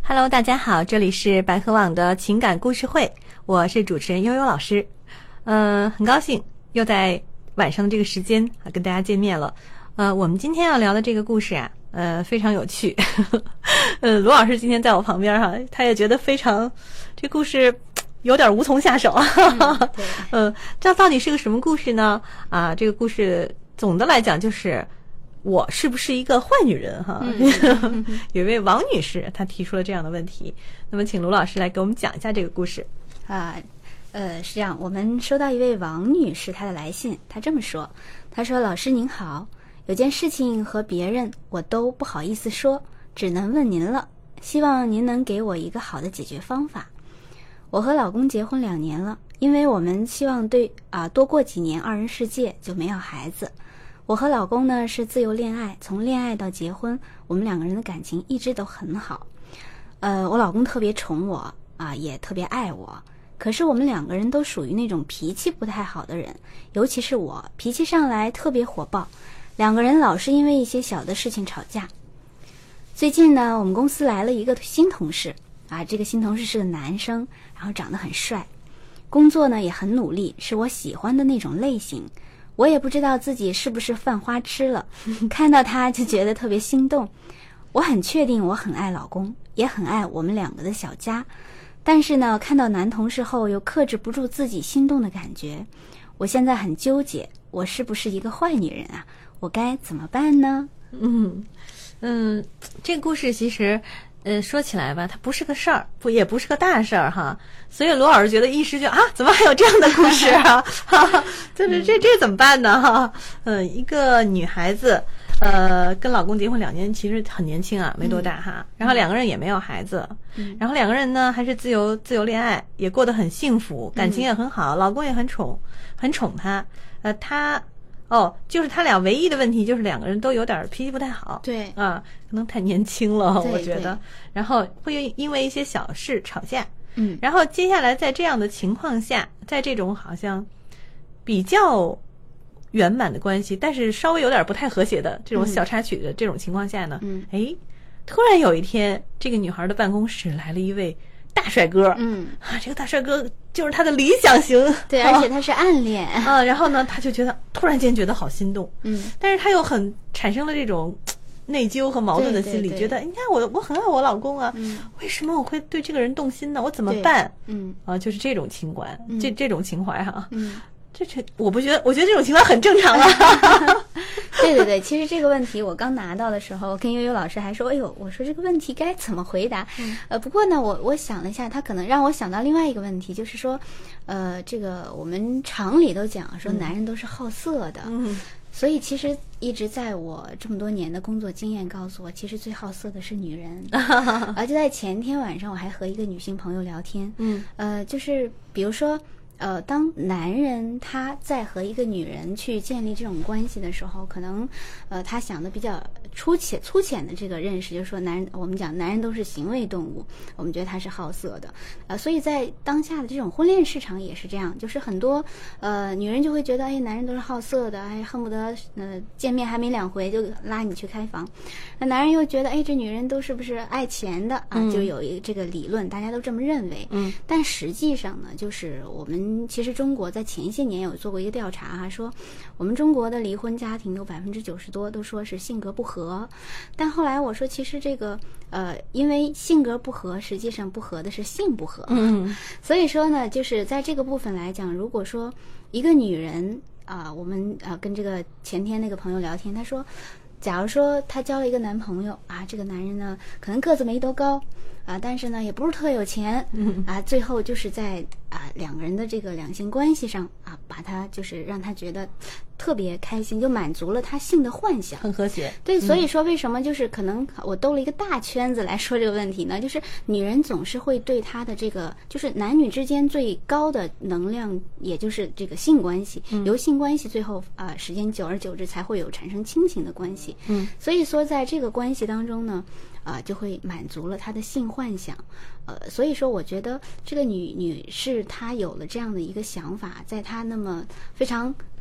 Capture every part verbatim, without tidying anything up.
Hello， 大家好，这里是百合网的情感故事会，我是主持人悠悠老师。嗯、呃，很高兴又在晚上的这个时间啊跟大家见面了。呃，我们今天要聊的这个故事啊，呃，非常有趣。呃，罗老师今天在我旁边哈、啊，他也觉得非常，这故事有点无从下手。嗯，对。呃，这到底是个什么故事呢？啊，这个故事总的来讲就是。我是不是一个坏女人哈？嗯、有一位王女士，她提出了这样的问题。那么，请卢老师来给我们讲一下这个故事啊。呃，是这样，我们收到一位王女士她的来信，她这么说：她说，老师您好，有件事情和别人我都不好意思说，只能问您了，希望您能给我一个好的解决方法。我和老公结婚两年了，因为我们希望对啊多过几年二人世界，就没要孩子。我和老公呢是自由恋爱，从恋爱到结婚，我们两个人的感情一直都很好。呃，我老公特别宠我啊，也特别爱我。可是我们两个人都属于那种脾气不太好的人，尤其是我，脾气上来特别火爆，两个人老是因为一些小的事情吵架。最近呢，我们公司来了一个新同事啊，这个新同事是个男生，然后长得很帅，工作呢也很努力，是我喜欢的那种类型。我也不知道自己是不是犯花痴了，看到他就觉得特别心动。我很确定我很爱老公，也很爱我们两个的小家，但是呢，看到男同事后又克制不住自己心动的感觉。我现在很纠结，我是不是一个坏女人啊？我该怎么办呢？ 嗯嗯，这个故事其实呃，说起来吧，它不是个事儿，不也不是个大事儿哈，所以罗老师觉得一时就啊，怎么还有这样的故事啊？哈哈，就是这这怎么办呢？哈，嗯，一个女孩子，呃，跟老公结婚两年，其实很年轻啊，没多大哈。然后两个人也没有孩子，然后两个人呢还是自由自由恋爱，也过得很幸福，感情也很好，老公也很宠，很宠她，呃，她。哦，就是他俩唯一的问题就是两个人都有点脾气不太好， 对啊，可能太年轻了，我觉得，然后会因为一些小事吵架， 嗯， 然后接下来在这样的情况下，在这种好像比较圆满的关系，但是稍微有点不太和谐的这种小插曲的这种情况下呢， 嗯， 哎，突然有一天，这个女孩的办公室来了一位大帅哥， 嗯啊，这个大帅哥就是他的理想型， 对，而且他是暗恋啊，然后呢，他就觉得突然间觉得好心动， 嗯， 但是他又很产生了这种内疚和矛盾的心理， 对对对， 觉得你看我我很爱我老公啊， 嗯， 为什么我会对这个人动心呢？我怎么办？ 嗯啊，就是这种情怀， 嗯、 这这种情怀哈， 嗯。 这这，我不觉得，我觉得这种情况很正常啊。 对对对，其实这个问题我刚拿到的时候，跟悠悠老师还说，哎呦，我说这个问题该怎么回答？ 嗯、 呃，不过呢，我我想了一下，他可能让我想到另外一个问题，就是说，呃，这个我们常理都讲说，男人都是好色的， 嗯， 所以其实一直在我这么多年的工作经验告诉我，其实最好色的是女人。而就在前天晚上，我还和一个女性朋友聊天， 嗯， 呃，就是比如说。呃，当男人他在和一个女人去建立这种关系的时候，可能，呃，他想的比较粗浅、粗浅的这个认识，就是说，男人我们讲男人都是行为动物，我们觉得他是好色的，呃，所以在当下的这种婚恋市场也是这样，就是很多呃女人就会觉得，哎，男人都是好色的，哎，恨不得呃见面还没两回就拉你去开房，那男人又觉得，哎，这女人都是不是爱钱的啊？ 嗯、 就有一个这个理论，大家都这么认为， 嗯， 但实际上呢，就是我们。其实中国在前些年有做过一个调查哈、啊，说我们中国的离婚家庭有百分之九十多都说是性格不合，但后来我说其实这个呃，因为性格不合，实际上不合的是性不合， 嗯， 所以说呢，就是在这个部分来讲，如果说一个女人啊、呃，我们啊、呃、跟这个前天那个朋友聊天，她说，假如说她交了一个男朋友啊，这个男人呢可能个子没多高。啊，但是呢，也不是特有钱， 嗯啊，最后就是在啊两个人的这个两性关系上啊，把他就是让他觉得特别开心，就满足了他性的幻想， 很和谐。 对，所以说为什么就是可能我兜了一个大圈子来说这个问题呢？就是女人总是会对她的这个，就是男女之间最高的能量，也就是这个性关系， 嗯、 由性关系最后啊、呃、时间久而久之才会有产生亲情的关系。 嗯， 所以说在这个关系当中呢。啊、呃，就会满足了她的性幻想，呃，所以说我觉得这个女女士她有了这样的一个想法，在她那么非常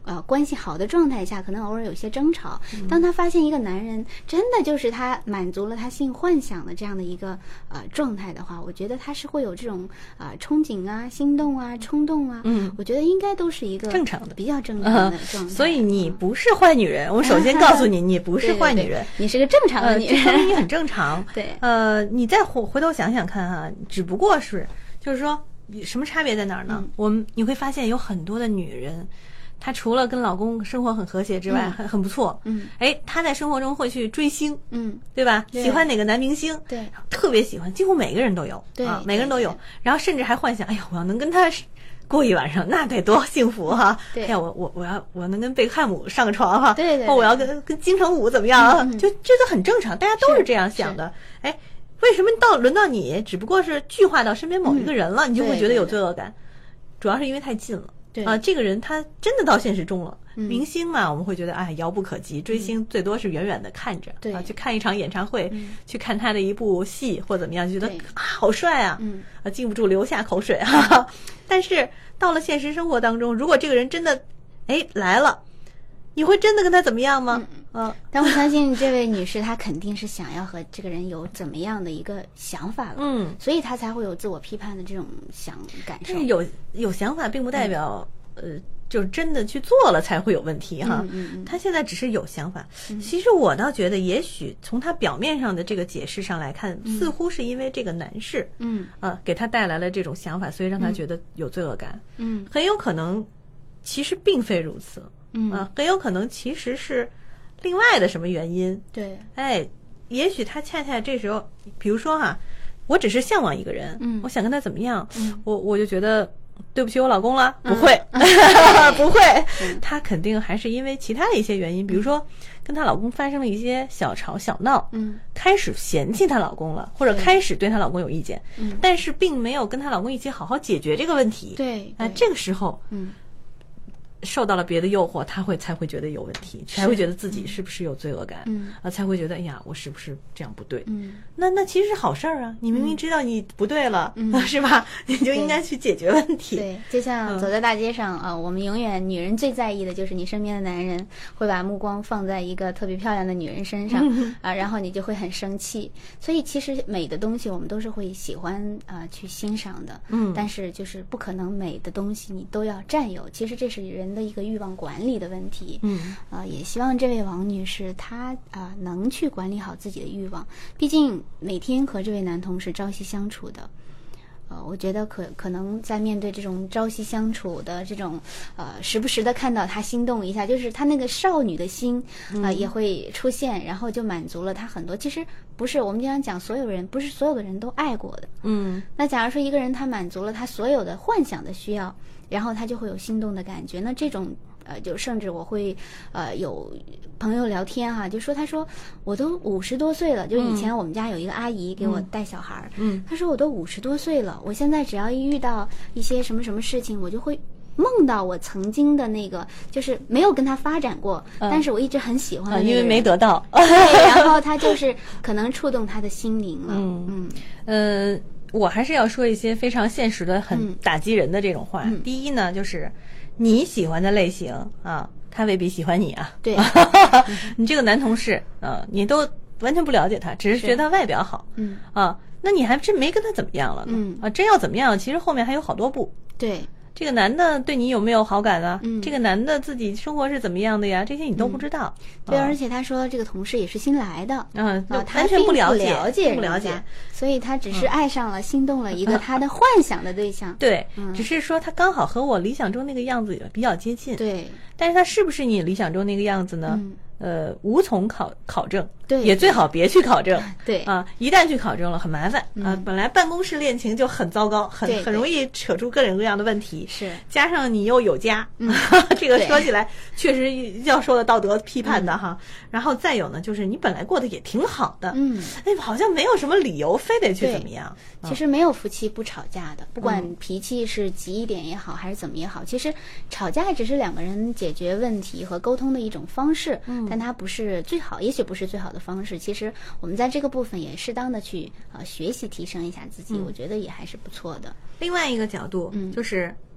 呃关系好的状态下，可能偶尔有些争吵。嗯、当他发现一个男人真的就是他满足了他性幻想的这样的一个呃状态的话，我觉得他是会有这种啊、呃、憧憬啊、心动啊、冲动啊。嗯，我觉得应该都是一个正常的、 比较正常的状态。 呃、所以你不是坏女人，我首先告诉你，你不是坏女人， 对对对，你是个正常的女人， 呃、这说明你很正常。 对， 呃，你再回回头想想看哈，只不过是就是说。什么差别在哪儿呢？嗯、我们你会发现有很多的女人，她除了跟老公生活很和谐之外，嗯、很很不错。嗯，哎，她在生活中会去追星，嗯，对吧？对，喜欢哪个男明星， 对， 特别喜欢，几乎每个人都有， 对啊，每个人都有。然后甚至还幻想，哎呀，我要能跟他过一晚上，那得多幸福哈！ 对， 哎呀，我我我要我要能跟贝克汉姆上个床哈， 对 对, 对， 或我要跟跟金城武怎么样？嗯、就这都很正常，大家都是这样想的。哎。为什么到轮到你，只不过是具化到身边某一个人了，嗯、你就会觉得有罪恶感？对对对，主要是因为太近了。 对啊，这个人他真的到现实中了。嗯、明星嘛，我们会觉得哎遥不可及，追星最多是远远的看着， 对、 啊，去看一场演唱会， 嗯、 去看他的一部戏或怎么样，就觉得啊好帅啊， 嗯、 啊禁不住流下口水啊。但是到了现实生活当中，如果这个人真的哎来了，你会真的跟他怎么样吗？ 嗯嗯，但我相信这位女士她肯定是想要和这个人有怎么样的一个想法了，嗯，所以她才会有自我批判的这种想感受。 但是有有想法，并不代表、嗯、呃，就是真的去做了才会有问题哈。 嗯嗯嗯， 她现在只是有想法。 嗯、 其实我倒觉得，也许从她表面上的这个解释上来看， 嗯、 似乎是因为这个男士， 嗯啊、呃，给她带来了这种想法，所以让她觉得有罪恶感。 嗯， 很有可能其实并非如此。 嗯啊，很有可能其实是另外的什么原因。 对， 哎，也许他恰恰这时候，比如说哈，我只是向往一个人， 嗯， 我想跟他怎么样， 嗯， 我我就觉得对不起我老公了，不会， 嗯、 不会， 嗯、 他肯定还是因为其他的一些原因，比如说跟她老公发生了一些小吵小闹， 嗯， 开始嫌弃她老公了，或者开始对她老公有意见， 嗯， 但是并没有跟她老公一起好好解决这个问题， 对， 啊、呃，这个时候， 嗯。 受到了别的诱惑，他会才会觉得有问题，才会觉得自己是不是有罪恶感， 嗯啊，才会觉得哎呀，我是不是这样不对？ 嗯， 那那其实是好事儿啊，你明明知道你不对了， 嗯， 是吧？你就应该去解决问题。 对，就像走在大街上、嗯、啊，我们永远女人最在意的就是你身边的男人会把目光放在一个特别漂亮的女人身上、嗯、啊，然后你就会很生气。所以其实美的东西我们都是会喜欢啊去欣赏的， 嗯， 但是就是不可能美的东西你都要占有。其实这是人的一个欲望管理的问题， 嗯， 啊，也希望这位王女士她啊能去管理好自己的欲望，毕竟每天和这位男同事朝夕相处的，呃，我觉得可可能在面对这种朝夕相处的这种，呃，时不时的看到他心动一下，就是他那个少女的心啊、呃嗯、 也会出现，然后就满足了他很多。其实不是我们经常讲所有人，不是所有的人都爱过的， 嗯， 那假如说一个人他满足了他所有的幻想的需要，然后他就会有心动的感觉，那这种。呃，就甚至我会，呃，有朋友聊天哈、啊，就说他说我都五十多岁了，就以前我们家有一个阿姨给我带小孩， 嗯， 她说我都五十多岁了，我现在只要一遇到一些什么什么事情，我就会梦到我曾经的那个，就是没有跟他发展过， 嗯、 但是我一直很喜欢的那个人、 嗯，因为没得到， 对，然后他就是可能触动他的心灵了， 嗯嗯呃，我还是要说一些非常现实的、很打击人的这种话。 嗯、 第一呢，就是你喜欢的类型啊，他未必喜欢你啊。 对， 你这个男同事啊，你都完全不了解他，只是觉得他外表好， 嗯啊，那你还真没跟他怎么样了呢？ 嗯啊，真要怎么样，其实后面还有好多步。 对。 这个男的对你有没有好感啊？ 嗯， 这个男的自己生活是怎么样的呀？这些你都不知道。 嗯、对、啊，而且他说这个同事也是新来的， 嗯， 啊， 完全不了解， 了解， 不了解， 所以他只是爱上了、嗯、心动了一个他的幻想的对象。 对、 嗯， 只是说他刚好和我理想中那个样子比较接近。 对， 但是他是不是你理想中那个样子呢？ 嗯、 呃，无从考考证。 对， 也最好别去考证。 对啊，一旦去考证了，很麻烦、 嗯、 啊。本来办公室恋情就很糟糕，很很容易扯出各种各样的问题。 是， 加上你又有家， 嗯、 这个说起来确实要受到道德批判的哈。 嗯、 然后再有呢，就是你本来过得也挺好的， 嗯， 哎，好像没有什么理由非得去怎么样。 其实没有夫妻不吵架的，不管脾气是急一点也好，还是怎么也好，其实吵架只是两个人解决问题和沟通的一种方式， 嗯， 但它不是最好，也许不是最好的方式。其实我们在这个部分也适当的去呃学习提升一下自己、嗯，我觉得也还是不错的。 另外一个角度， 嗯， 就是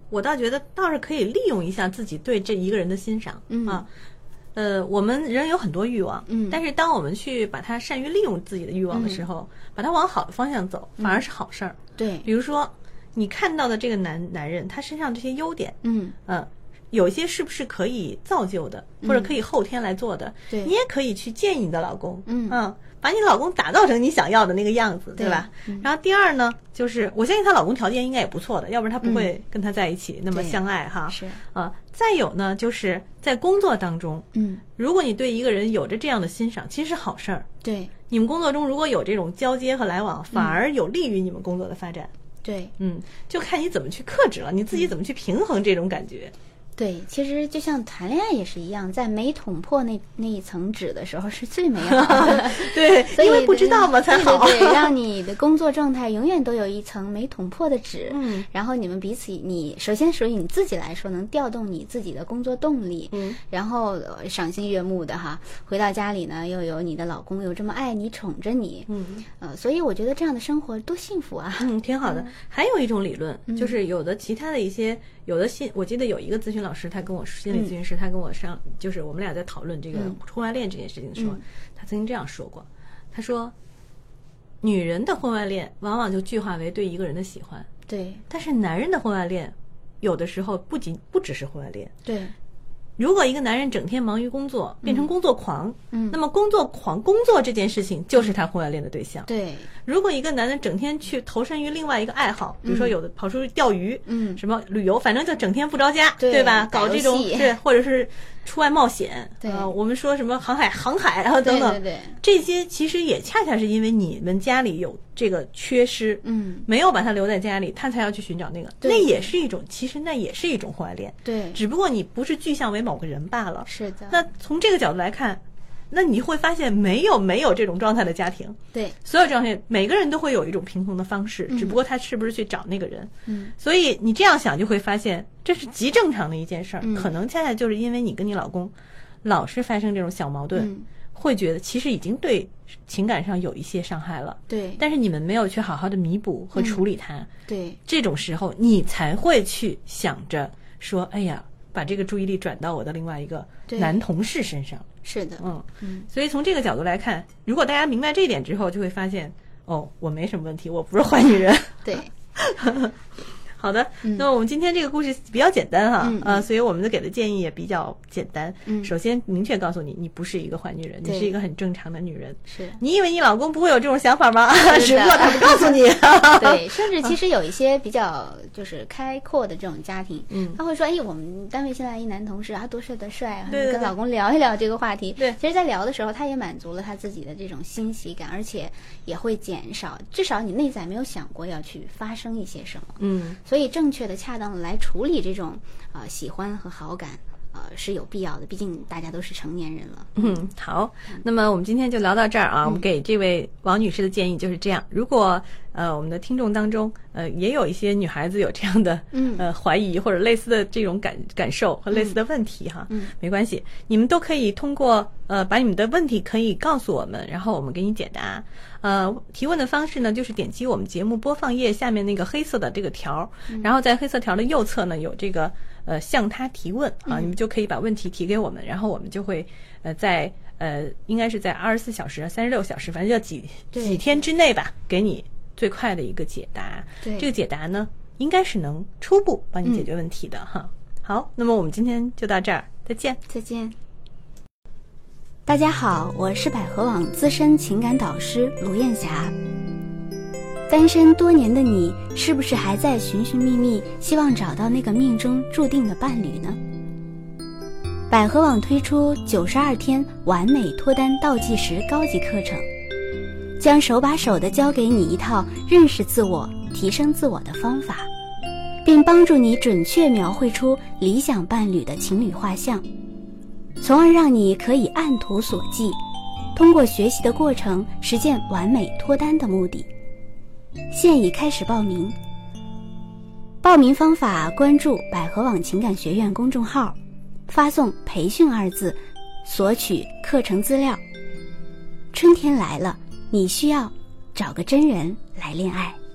我倒觉得倒是可以利用一下自己对这一个人的欣赏、 嗯、 啊。呃，我们人有很多欲望， 嗯， 但是当我们去把它善于利用自己的欲望的时候，嗯、把它往好的方向走，反而是好事儿、嗯。 对， 比如说你看到的这个男男人，他身上这些优点， 嗯呃，有一些是不是可以造就的，或者可以后天来做的？ 对、 嗯，你也可以去建议你的老公， 嗯嗯，把你老公打造成你想要的那个样子， 对, 对吧、嗯？然后第二呢，就是我相信她老公条件应该也不错的，要不然她不会跟他在一起、嗯、那么相爱哈。 是啊。再有呢，就是在工作当中， 嗯， 如果你对一个人有着这样的欣赏，其实是好事儿。 对， 你们工作中如果有这种交接和来往，反而有利于你们工作的发展。 对， 嗯，就看你怎么去克制了，你自己怎么去平衡这种感觉。 对，其实就像谈恋爱也是一样，在没捅破那那一层纸的时候是最美好的。 对，因为不知道嘛才好。 对对对，让你的工作状态永远都有一层没捅破的纸。 嗯， 然后你们彼此，你首先属于你自己来说，能调动你自己的工作动力。 嗯， 然后、呃、赏心悦目的哈，回到家里呢，又有你的老公又这么爱你、宠着你。 嗯， 呃，所以我觉得这样的生活多幸福啊。 嗯，挺好的。嗯、还有一种理论， 嗯、 就是有的其他的一些。有的心，我记得有一个咨询老师，他跟我心理咨询师，嗯、他跟我上，就是我们俩在讨论这个婚外恋这件事情的时候，嗯、他曾经这样说过，他说，女人的婚外恋往往就具化为对一个人的喜欢， 对， 但是男人的婚外恋，有的时候不仅不只是婚外恋， 对。 如果一个男人整天忙于工作，变成工作狂， 嗯， 那么工作狂工作这件事情就是他婚外恋的对象。 对， 如果一个男人整天去投身于另外一个爱好，比如说有的跑出去钓鱼， 嗯， 什么旅游，反正就整天不着家， 对, 对吧？搞这种对，或者是出外冒险， 对、 呃，我们说什么航海、航海啊等等， 对对对， 这些其实也恰恰是因为你们家里有这个缺失， 嗯， 没有把他留在家里，他才要去寻找那个，那也是一种，其实那也是一种婚外恋， 对， 只不过你不是具象为某个人罢了。 是的。 那从这个角度来看，那你会发现没有没有这种状态的家庭， 对， 所有状态每个人都会有一种平衡的方式， 嗯、 只不过他是不是去找那个人。 嗯， 所以你这样想就会发现这是极正常的一件事儿、 嗯， 可能恰恰就是因为你跟你老公老是发生这种小矛盾、 嗯， 会觉得其实已经对情感上有一些伤害了， 对， 但是你们没有去好好的弥补和处理它、嗯、 对， 这种时候你才会去想着说，哎呀，把这个注意力转到我的另外一个男同事身上。 是的， 嗯嗯， 所以从这个角度来看，如果大家明白这一点之后，就会发现，哦，我没什么问题，我不是坏女人。 对。 好的、 嗯， 那我们今天这个故事比较简单哈， 嗯、 呃，所以我们的给的建议也比较简单。 嗯， 首先明确告诉你，你不是一个坏女人，你是一个很正常的女人。 是， 你以为你老公不会有这种想法吗？只不过他不告诉你。 对，甚至其实有一些比较就是开阔的这种家庭， 嗯， 他会说，哎，我们单位现在一男同事啊，多帅多帅啊， 对对对， 跟老公聊一聊这个话题。 对， 其实，在聊的时候，他也满足了他自己的这种欣喜感，而且也会减少，至少你内在没有想过要去发生一些什么。 嗯， 所以正确的、恰当的来处理这种呃喜欢和好感，呃是有必要的，毕竟大家都是成年人了。 嗯，好，那么我们今天就聊到这儿啊。 嗯、 我们给这位王女士的建议就是这样：如果呃我们的听众当中呃也有一些女孩子有这样的嗯呃怀疑或者类似的这种感感受和类似的问题哈， 嗯， 没关系，你们都可以通过呃把你们的问题可以告诉我们，然后我们给你解答。呃，提问的方式呢，就是点击我们节目播放页下面那个黑色的这个条， 嗯、 然后在黑色条的右侧呢有这个呃向他提问啊， 嗯、 你们就可以把问题提给我们，然后我们就会呃在呃应该是在二十四小时、三十六小时，反正就几几天之内吧，给你最快的一个解答。 对， 这个解答呢，应该是能初步帮你解决问题的、嗯、哈。好，那么我们今天就到这儿，再见， 再见。大家好，我是百合网资深情感导师卢艳霞。单身多年的你，是不是还在寻寻觅觅，希望找到那个命中注定的伴侣呢？百合网推出九十二天完美脱单倒计时高级课程，将手把手地教给你一套认识自我、提升自我的方法，并帮助你准确描绘出理想伴侣的情侣画像，从而让你可以按图索骥，通过学习的过程实现完美脱单的目的。现已开始报名。报名方法：关注百合网情感学院公众号，发送培训二字，索取课程资料。春天来了，你需要找个真人来恋爱。